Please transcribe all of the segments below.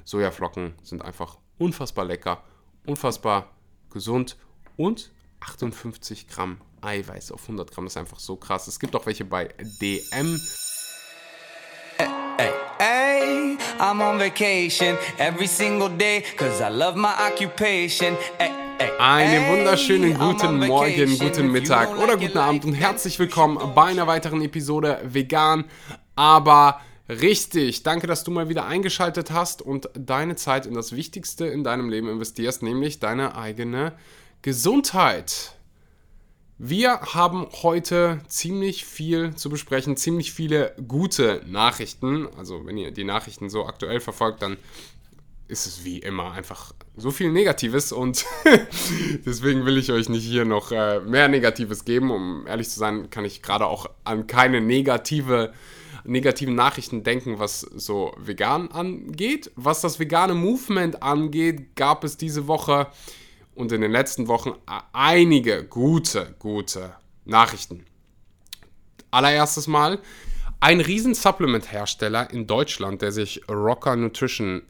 Sojaflocken sind einfach unfassbar lecker, unfassbar gesund und 58 Gramm Eiweiß auf 100 Gramm, das ist einfach so krass. Es gibt auch welche bei DM. Hey, I'm on vacation every single day, cause I love my occupation. Einen wunderschönen guten Morgen, guten Mittag oder guten Abend und herzlich willkommen bei einer weiteren Episode Vegan, aber richtig. Danke, dass du mal wieder eingeschaltet hast und deine Zeit in das Wichtigste in deinem Leben investierst, nämlich deine eigene Gesundheit. Wir haben heute ziemlich viel zu besprechen, ziemlich viele gute Nachrichten. Also wenn ihr die Nachrichten so aktuell verfolgt, dann ist es wie immer einfach so viel Negatives und deswegen will ich euch nicht hier noch mehr Negatives geben. Um ehrlich zu sein, kann ich gerade auch an keine negativen Nachrichten denken, was so vegan angeht. Was das vegane Movement angeht, gab es diese Woche und in den letzten Wochen einige gute Nachrichten. Allererstes Mal, ein riesen Supplement-Hersteller in Deutschland, der sich Rocker Nutrition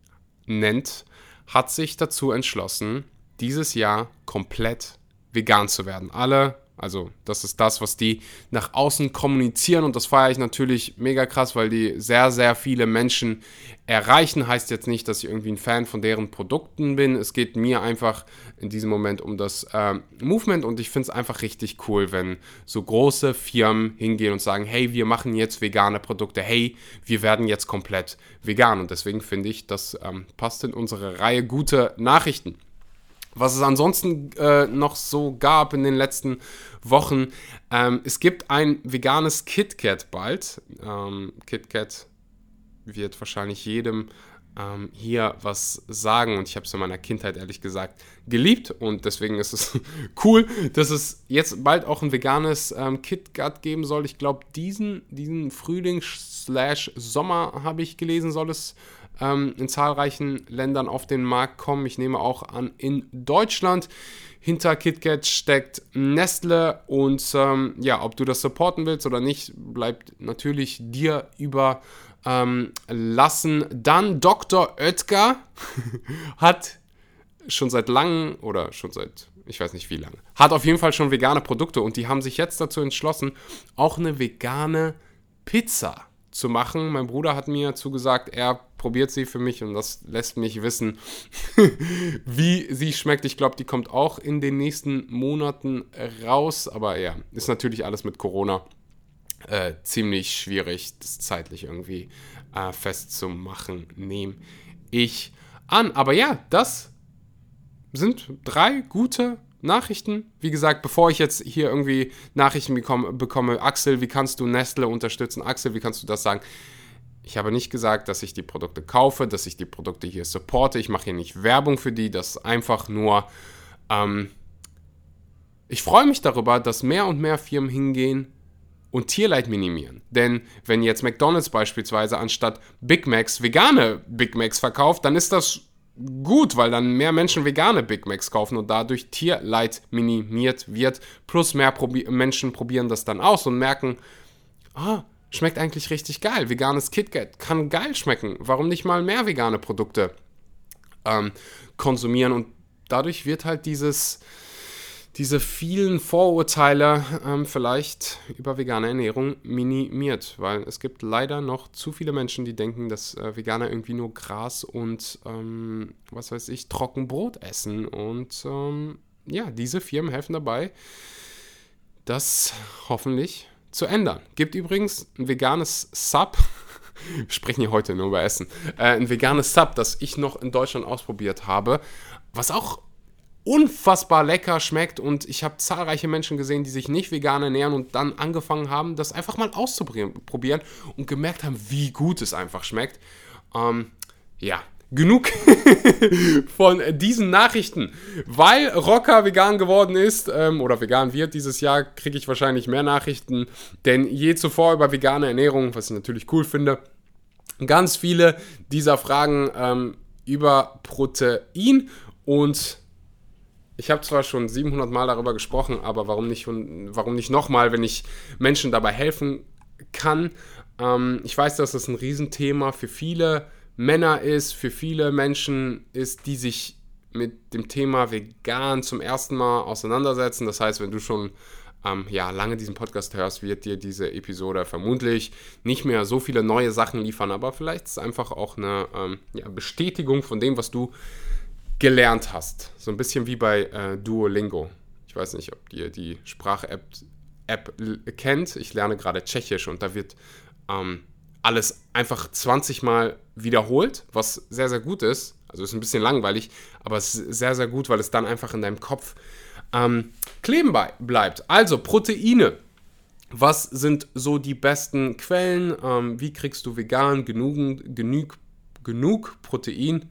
nennt, hat sich dazu entschlossen, dieses Jahr komplett vegan zu werden. Also das ist das, was die nach außen kommunizieren und das feiere ich natürlich mega krass, weil die sehr, sehr viele Menschen erreichen. Heißt jetzt nicht, dass ich irgendwie ein Fan von deren Produkten bin. Es geht mir einfach in diesem Moment um das Movement und ich finde es einfach richtig cool, wenn so große Firmen hingehen und sagen, hey, wir machen jetzt vegane Produkte, hey, wir werden jetzt komplett vegan und deswegen finde ich, das passt in unsere Reihe gute Nachrichten. Was es ansonsten noch so gab in den letzten Wochen, es gibt ein veganes KitKat bald. KitKat wird wahrscheinlich jedem hier was sagen und ich habe es in meiner Kindheit ehrlich gesagt geliebt und deswegen ist es cool, dass es jetzt bald auch ein veganes KitKat geben soll. Ich glaube, diesen Frühling/Sommer habe ich gelesen, soll es in zahlreichen Ländern auf den Markt kommen. Ich nehme auch an, in Deutschland. Hinter KitKat steckt Nestle und ob du das supporten willst oder nicht, bleibt natürlich dir überlassen. Dann Dr. Oetker hat schon seit langem oder schon seit, ich weiß nicht wie lange, hat auf jeden Fall schon vegane Produkte und die haben sich jetzt dazu entschlossen, auch eine vegane Pizza zu machen. Mein Bruder hat mir zugesagt, er probiert sie für mich und das lässt mich wissen, wie sie schmeckt. Ich glaube, die kommt auch in den nächsten Monaten raus, aber ja, ist natürlich alles mit Corona ziemlich schwierig, das zeitlich irgendwie festzumachen, nehme ich an. Aber ja, das sind 3 gute Nachrichten. Wie gesagt, bevor ich jetzt hier irgendwie Nachrichten bekomme, Axel, wie kannst du Nestle unterstützen? Axel, wie kannst du das sagen? Ich habe nicht gesagt, dass ich die Produkte kaufe, dass ich die Produkte hier supporte. Ich mache hier nicht Werbung für die. Das ist einfach nur, ich freue mich darüber, dass mehr und mehr Firmen hingehen und Tierleid minimieren. Denn wenn jetzt McDonald's beispielsweise anstatt Big Macs vegane Big Macs verkauft, dann ist das gut, weil dann mehr Menschen vegane Big Macs kaufen und dadurch Tierleid minimiert wird. Plus mehr Menschen probieren das dann aus und merken, schmeckt eigentlich richtig geil. Veganes KitKat kann geil schmecken. Warum nicht mal mehr vegane Produkte konsumieren? Und dadurch wird halt diese vielen Vorurteile vielleicht über vegane Ernährung minimiert, weil es gibt leider noch zu viele Menschen, die denken, dass Veganer irgendwie nur Gras und Trockenbrot essen und diese Firmen helfen dabei, das hoffentlich zu ändern. Gibt übrigens ein veganes Sub, wir sprechen hier heute nur über Essen, ein veganes Sub, das ich noch in Deutschland ausprobiert habe, was auch unfassbar lecker schmeckt und ich habe zahlreiche Menschen gesehen, die sich nicht vegan ernähren und dann angefangen haben, das einfach mal auszuprobieren und gemerkt haben, wie gut es einfach schmeckt. Genug von diesen Nachrichten. Weil Rocker vegan geworden ist oder vegan wird dieses Jahr, kriege ich wahrscheinlich mehr Nachrichten denn je zuvor über vegane Ernährung, was ich natürlich cool finde. Ganz viele dieser Fragen über Protein und ich habe zwar schon 700 Mal darüber gesprochen, aber warum nicht nochmal, wenn ich Menschen dabei helfen kann. Ich weiß, dass das ein Riesenthema für viele Männer ist, für viele Menschen ist, die sich mit dem Thema vegan zum ersten Mal auseinandersetzen. Das heißt, wenn du schon lange diesen Podcast hörst, wird dir diese Episode vermutlich nicht mehr so viele neue Sachen liefern, aber vielleicht ist es einfach auch eine Bestätigung von dem, was du gelernt hast. So ein bisschen wie bei Duolingo. Ich weiß nicht, ob ihr die Sprach-App kennt. Ich lerne gerade Tschechisch und da wird alles einfach 20 Mal wiederholt, was sehr, sehr gut ist. Also ist ein bisschen langweilig, aber es ist sehr, sehr gut, weil es dann einfach in deinem Kopf kleben bleibt. Also Proteine. Was sind so die besten Quellen? Wie kriegst du vegan genug Protein?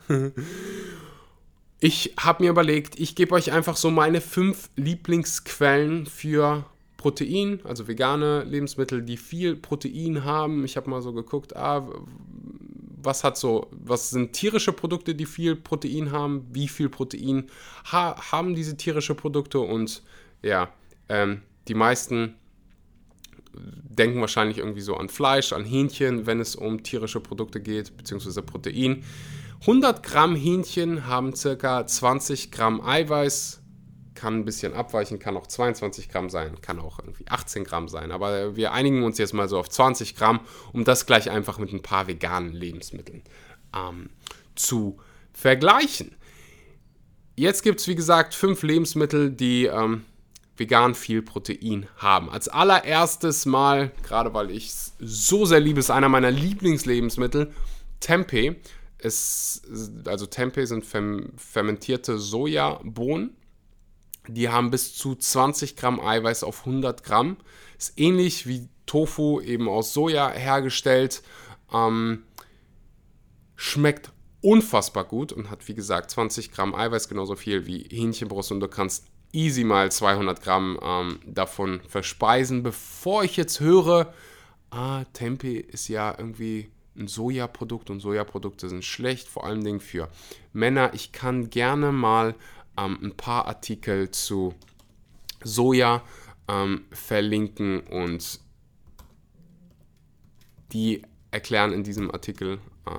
Ich habe mir überlegt, ich gebe euch einfach so meine 5 Lieblingsquellen für Protein, also vegane Lebensmittel, die viel Protein haben. Ich habe mal so geguckt, was sind tierische Produkte, die viel Protein haben? Wie viel Protein haben diese tierische Produkte? Und die meisten denken wahrscheinlich irgendwie so an Fleisch, an Hähnchen, wenn es um tierische Produkte geht, beziehungsweise Protein. 100 Gramm Hähnchen haben ca. 20 Gramm Eiweiß. Kann ein bisschen abweichen, kann auch 22 Gramm sein, kann auch irgendwie 18 Gramm sein. Aber wir einigen uns jetzt mal so auf 20 Gramm, um das gleich einfach mit ein paar veganen Lebensmitteln zu vergleichen. Jetzt gibt es, wie gesagt, 5 Lebensmittel, die vegan viel Protein haben. Als allererstes mal, gerade weil ich es so sehr liebe, ist einer meiner Lieblingslebensmittel, Tempeh. Tempeh sind fermentierte Sojabohnen. Die haben bis zu 20 Gramm Eiweiß auf 100 Gramm. Ist ähnlich wie Tofu, eben aus Soja hergestellt. Schmeckt unfassbar gut und hat, wie gesagt, 20 Gramm Eiweiß, genauso viel wie Hähnchenbrust. Und du kannst easy mal 200 Gramm davon verspeisen. Bevor ich jetzt höre, Tempeh ist ja irgendwie ein Sojaprodukt und Sojaprodukte sind schlecht, vor allen Dingen für Männer. Ich kann gerne mal ein paar Artikel zu Soja verlinken und die erklären in diesem Artikel,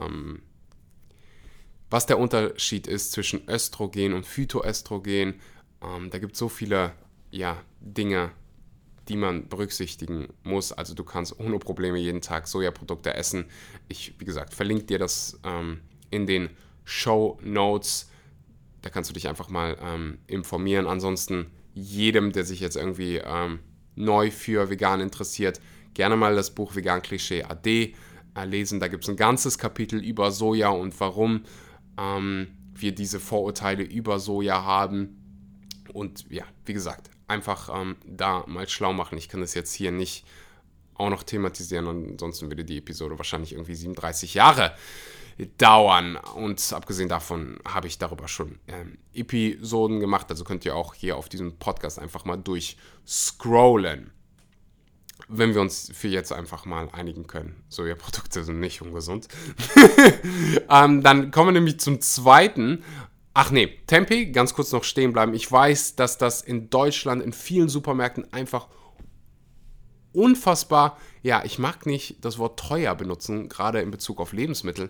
was der Unterschied ist zwischen Östrogen und Phytoöstrogen. Da gibt es so viele Dinge, die man berücksichtigen muss. Also du kannst ohne Probleme jeden Tag Sojaprodukte essen. Ich, wie gesagt, verlinke dir das in den Show-Notes. Da kannst du dich einfach mal informieren. Ansonsten jedem, der sich jetzt irgendwie neu für vegan interessiert, gerne mal das Buch Vegan Klischee AD lesen. Da gibt es ein ganzes Kapitel über Soja und warum wir diese Vorurteile über Soja haben. Und ja, wie gesagt, einfach da mal schlau machen. Ich kann das jetzt hier nicht auch noch thematisieren, ansonsten würde die Episode wahrscheinlich irgendwie 37 Jahre dauern. Und abgesehen davon habe ich darüber schon Episoden gemacht, also könnt ihr auch hier auf diesem Podcast einfach mal durchscrollen. Wenn wir uns für jetzt einfach mal einigen können. Sojaprodukte sind nicht ungesund. Dann kommen wir nämlich zum zweiten. Tempeh, ganz kurz noch stehen bleiben. Ich weiß, dass das in Deutschland in vielen Supermärkten einfach unfassbar, ich mag nicht das Wort teuer benutzen, gerade in Bezug auf Lebensmittel.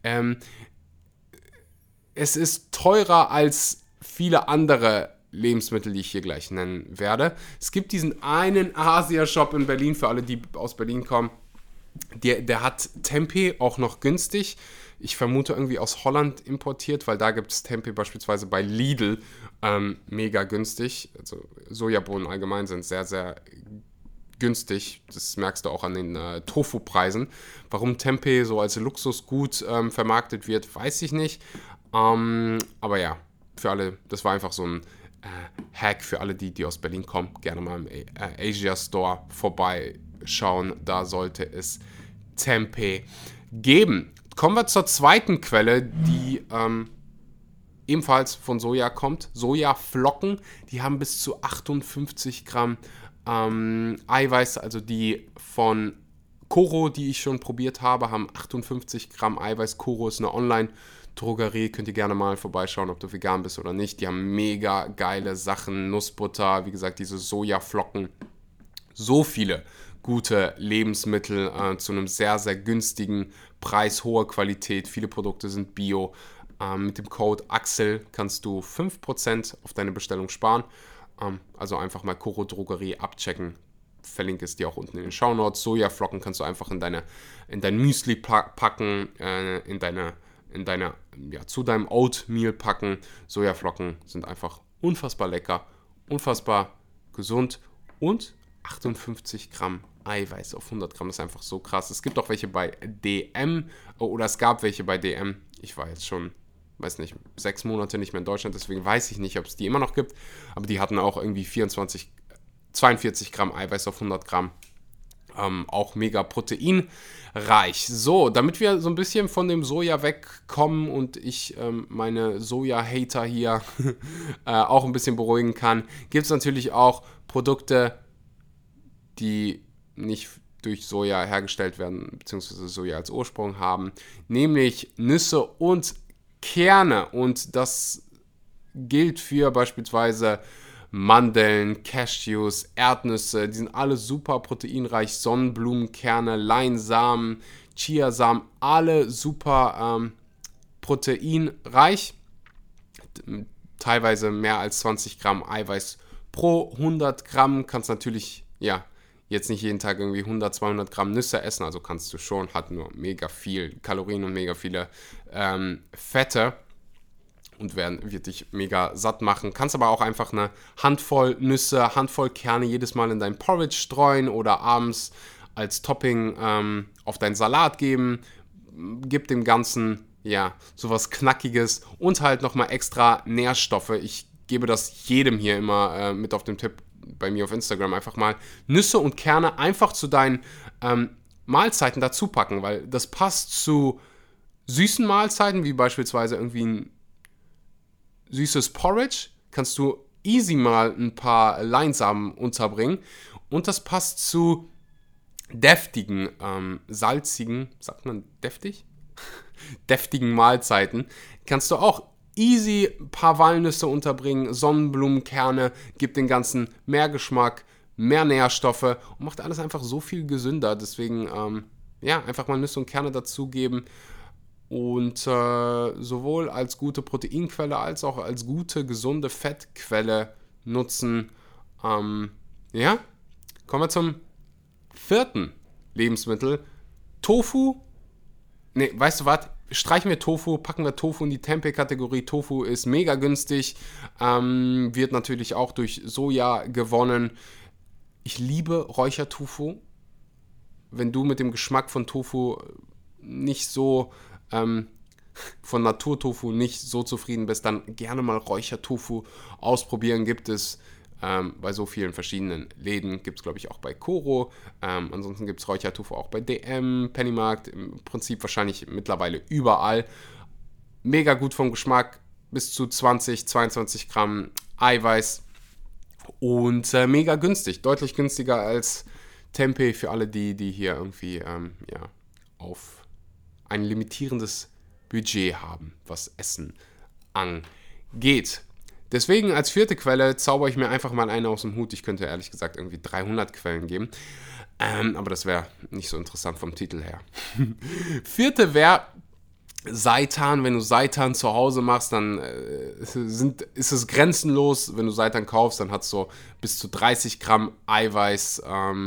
Es ist teurer als viele andere Lebensmittel, die ich hier gleich nennen werde. Es gibt diesen einen Asia-Shop in Berlin, für alle, die aus Berlin kommen, der hat Tempeh auch noch günstig. Ich vermute irgendwie aus Holland importiert, weil da gibt es Tempeh beispielsweise bei Lidl mega günstig. Also Sojabohnen allgemein sind sehr, sehr günstig. Das merkst du auch an den Tofu-Preisen. Warum Tempeh so als Luxusgut vermarktet wird, weiß ich nicht. Aber ja, für alle, das war einfach so ein Hack für alle, die aus Berlin kommen. Gerne mal im Asia Store vorbeischauen. Da sollte es Tempeh geben. Kommen wir zur zweiten Quelle, die ebenfalls von Soja kommt. Sojaflocken, die haben bis zu 58 Gramm Eiweiß, also die von Koro, die ich schon probiert habe, haben 58 Gramm Eiweiß. Koro ist eine Online-Drogerie, könnt ihr gerne mal vorbeischauen, ob du vegan bist oder nicht. Die haben mega geile Sachen, Nussbutter, wie gesagt, diese Sojaflocken. So viele gute Lebensmittel zu einem sehr, sehr günstigen Preis, hohe Qualität, viele Produkte sind Bio. Mit dem Code AXEL kannst du 5% auf deine Bestellung sparen. Also einfach mal Coro Drogerie abchecken. Verlinke es dir auch unten in den Shownotes. Sojaflocken kannst du einfach in dein Müsli packen, zu deinem Oatmeal packen. Sojaflocken sind einfach unfassbar lecker, unfassbar gesund und 58 Gramm Eiweiß auf 100 Gramm, das ist einfach so krass. Es gibt auch welche bei DM oder es gab welche bei DM. Ich war jetzt schon, weiß nicht, 6 Monate nicht mehr in Deutschland, deswegen weiß ich nicht, ob es die immer noch gibt. Aber die hatten auch irgendwie 42 Gramm Eiweiß auf 100 Gramm. Auch mega proteinreich. So, damit wir so ein bisschen von dem Soja wegkommen und ich meine Soja-Hater hier auch ein bisschen beruhigen kann, gibt es natürlich auch Produkte, die nicht durch Soja hergestellt werden, beziehungsweise Soja als Ursprung haben, nämlich Nüsse und Kerne. Und das gilt für beispielsweise Mandeln, Cashews, Erdnüsse, die sind alle super proteinreich, Sonnenblumenkerne, Leinsamen, Chiasamen, alle super proteinreich, teilweise mehr als 20 Gramm Eiweiß pro 100 Gramm, kannst natürlich, jetzt nicht jeden Tag irgendwie 100, 200 Gramm Nüsse essen, also kannst du schon, hat nur mega viel Kalorien und mega viele Fette und wird dich mega satt machen. Kannst aber auch einfach eine Handvoll Nüsse, Handvoll Kerne jedes Mal in dein Porridge streuen oder abends als Topping auf deinen Salat geben. Gib dem Ganzen, sowas Knackiges und halt nochmal extra Nährstoffe. Ich gebe das jedem hier immer mit auf den Tipp bei mir auf Instagram. Einfach mal Nüsse und Kerne einfach zu deinen Mahlzeiten dazu packen, weil das passt zu süßen Mahlzeiten, wie beispielsweise irgendwie ein süßes Porridge, kannst du easy mal ein paar Leinsamen unterbringen und das passt zu deftigen, salzigen, sagt man deftig? deftigen Mahlzeiten, kannst du auch easy ein paar Walnüsse unterbringen, Sonnenblumenkerne, gibt den ganzen mehr Geschmack, mehr Nährstoffe und macht alles einfach so viel gesünder, deswegen einfach mal Nüsse und Kerne dazugeben. Und sowohl als gute Proteinquelle als auch als gute, gesunde Fettquelle nutzen. Kommen wir zum 4. Lebensmittel. Tofu. Ne, weißt du was? Streichen wir Tofu, packen wir Tofu in die Tempeh-Kategorie. Tofu ist mega günstig, wird natürlich auch durch Soja gewonnen. Ich liebe Räuchertofu. Wenn du mit dem Geschmack von Tofu nicht so von Naturtofu nicht so zufrieden bist, dann gerne mal Räuchertofu ausprobieren. Gibt es bei so vielen verschiedenen Läden. Gibt es, glaube ich, auch bei Coro. Ansonsten gibt es Räuchertofu auch bei DM, Pennymarkt. Im Prinzip wahrscheinlich mittlerweile überall. Mega gut vom Geschmack. Bis zu 20, 22 Gramm Eiweiß. Und mega günstig. Deutlich günstiger als Tempeh für alle die hier irgendwie auf ein limitierendes Budget haben, was Essen angeht. Deswegen als 4. Quelle zaubere ich mir einfach mal eine aus dem Hut. Ich könnte ehrlich gesagt irgendwie 300 Quellen geben, aber das wäre nicht so interessant vom Titel her. 4. wäre Seitan. Wenn du Seitan zu Hause machst, dann ist es grenzenlos. Wenn du Seitan kaufst, dann hat es so bis zu 30 Gramm Eiweiß.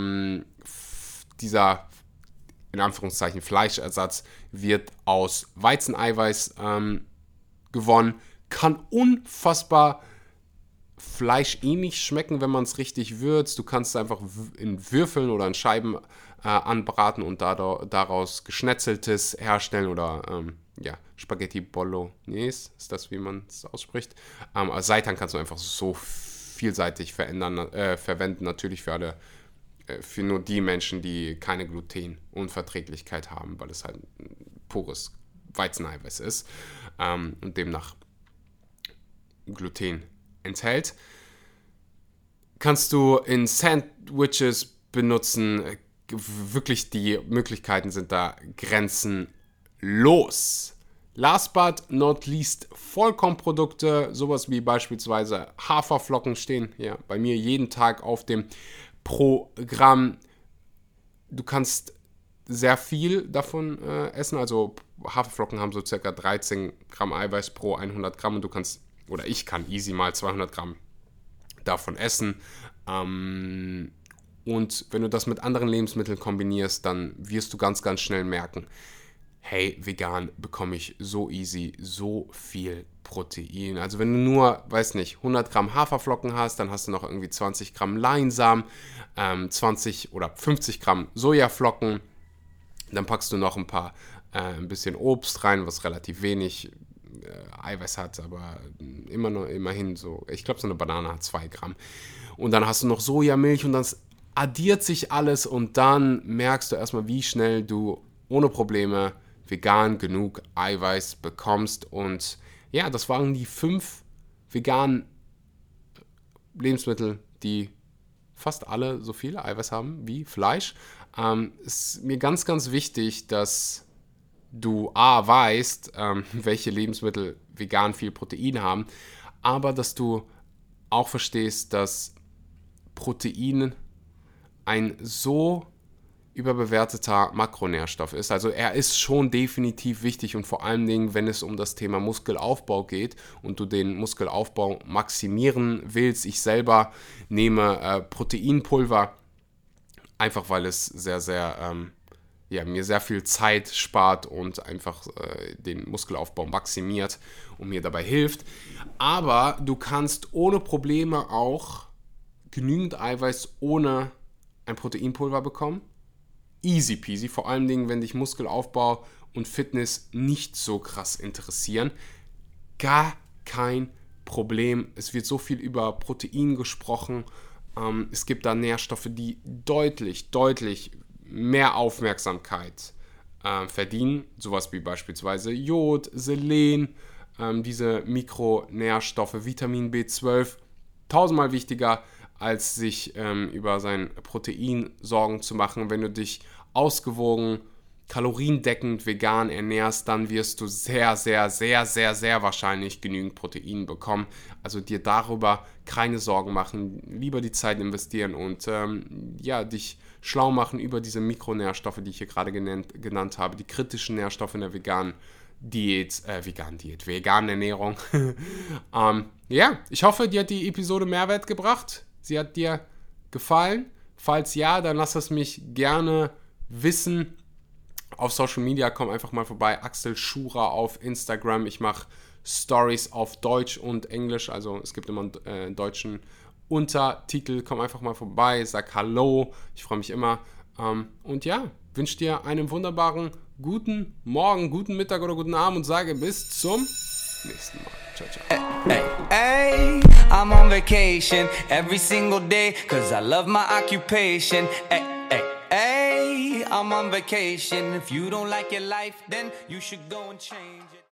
Dieser in Anführungszeichen Fleischersatz wird aus Weizeneiweiß gewonnen. Kann unfassbar fleischähnlich schmecken, wenn man es richtig würzt. Du kannst es einfach in Würfeln oder in Scheiben anbraten und daraus Geschnetzeltes herstellen oder Spaghetti Bolognese, ist das, wie man es ausspricht. Seitan kannst du einfach so vielseitig verwenden, natürlich für nur die Menschen, die keine Glutenunverträglichkeit haben, weil es halt pures Weizeneiweiß ist und demnach Gluten enthält. Kannst du in Sandwiches benutzen. Wirklich, die Möglichkeiten sind da grenzenlos. Last but not least, Vollkornprodukte, sowas wie beispielsweise Haferflocken stehen bei mir jeden Tag auf dem Programm. Du kannst sehr viel davon essen. Also Haferflocken haben so circa 13 Gramm Eiweiß pro 100 Gramm und ich kann easy mal 200 Gramm davon essen. Und wenn du das mit anderen Lebensmitteln kombinierst, dann wirst du ganz, ganz schnell merken, hey, vegan bekomme ich so easy so viel Protein. Also wenn du nur, 100 Gramm Haferflocken hast, dann hast du noch irgendwie 20 Gramm Leinsamen, 20 oder 50 Gramm Sojaflocken. Dann packst du noch ein bisschen Obst rein, was relativ wenig Eiweiß hat, aber immerhin so, ich glaube so eine Banane hat 2 Gramm. Und dann hast du noch Sojamilch und das addiert sich alles und dann merkst du erstmal, wie schnell du ohne Probleme vegan genug Eiweiß bekommst. Und ja, das waren die 5 veganen Lebensmittel, die fast alle so viel Eiweiß haben wie Fleisch. Ist mir ganz, ganz wichtig, dass du weißt, welche Lebensmittel vegan viel Protein haben, aber dass du auch verstehst, dass Protein ein so überbewerteter Makronährstoff ist. Also er ist schon definitiv wichtig und vor allen Dingen, wenn es um das Thema Muskelaufbau geht und du den Muskelaufbau maximieren willst. Ich selber nehme Proteinpulver, einfach weil es sehr, sehr, mir sehr viel Zeit spart und einfach den Muskelaufbau maximiert und mir dabei hilft. Aber du kannst ohne Probleme auch genügend Eiweiß ohne ein Proteinpulver bekommen. Easy peasy, vor allen Dingen, wenn dich Muskelaufbau und Fitness nicht so krass interessieren. Gar kein Problem. Es wird so viel über Protein gesprochen. Es gibt da Nährstoffe, die deutlich, deutlich mehr Aufmerksamkeit verdienen. Sowas wie beispielsweise Jod, Selen, diese Mikronährstoffe, Vitamin B12. 1000-mal wichtiger, als sich über sein Protein Sorgen zu machen. Wenn du dich ausgewogen, kaloriendeckend vegan ernährst, dann wirst du sehr, sehr, sehr, sehr, sehr wahrscheinlich genügend Protein bekommen. Also dir darüber keine Sorgen machen, lieber die Zeit investieren und dich schlau machen über diese Mikronährstoffe, die ich hier gerade genannt habe, die kritischen Nährstoffe in der veganen Ernährung. Ich hoffe, dir hat die Episode Mehrwert gebracht. Sie hat dir gefallen. Falls ja, dann lass es mich gerne wissen. Auf Social Media komm einfach mal vorbei. Axel Schurer auf Instagram. Ich mache Stories auf Deutsch und Englisch. Also es gibt immer einen deutschen Untertitel. Komm einfach mal vorbei. Sag Hallo. Ich freue mich immer. Wünsche dir einen wunderbaren guten Morgen, guten Mittag oder guten Abend und sage bis zum nächsten Mal. Ciao, ciao. Hey, I'm on vacation every single day, 'cause I love my occupation. Hey, I'm on vacation. If you don't like your life, then you should go and change it.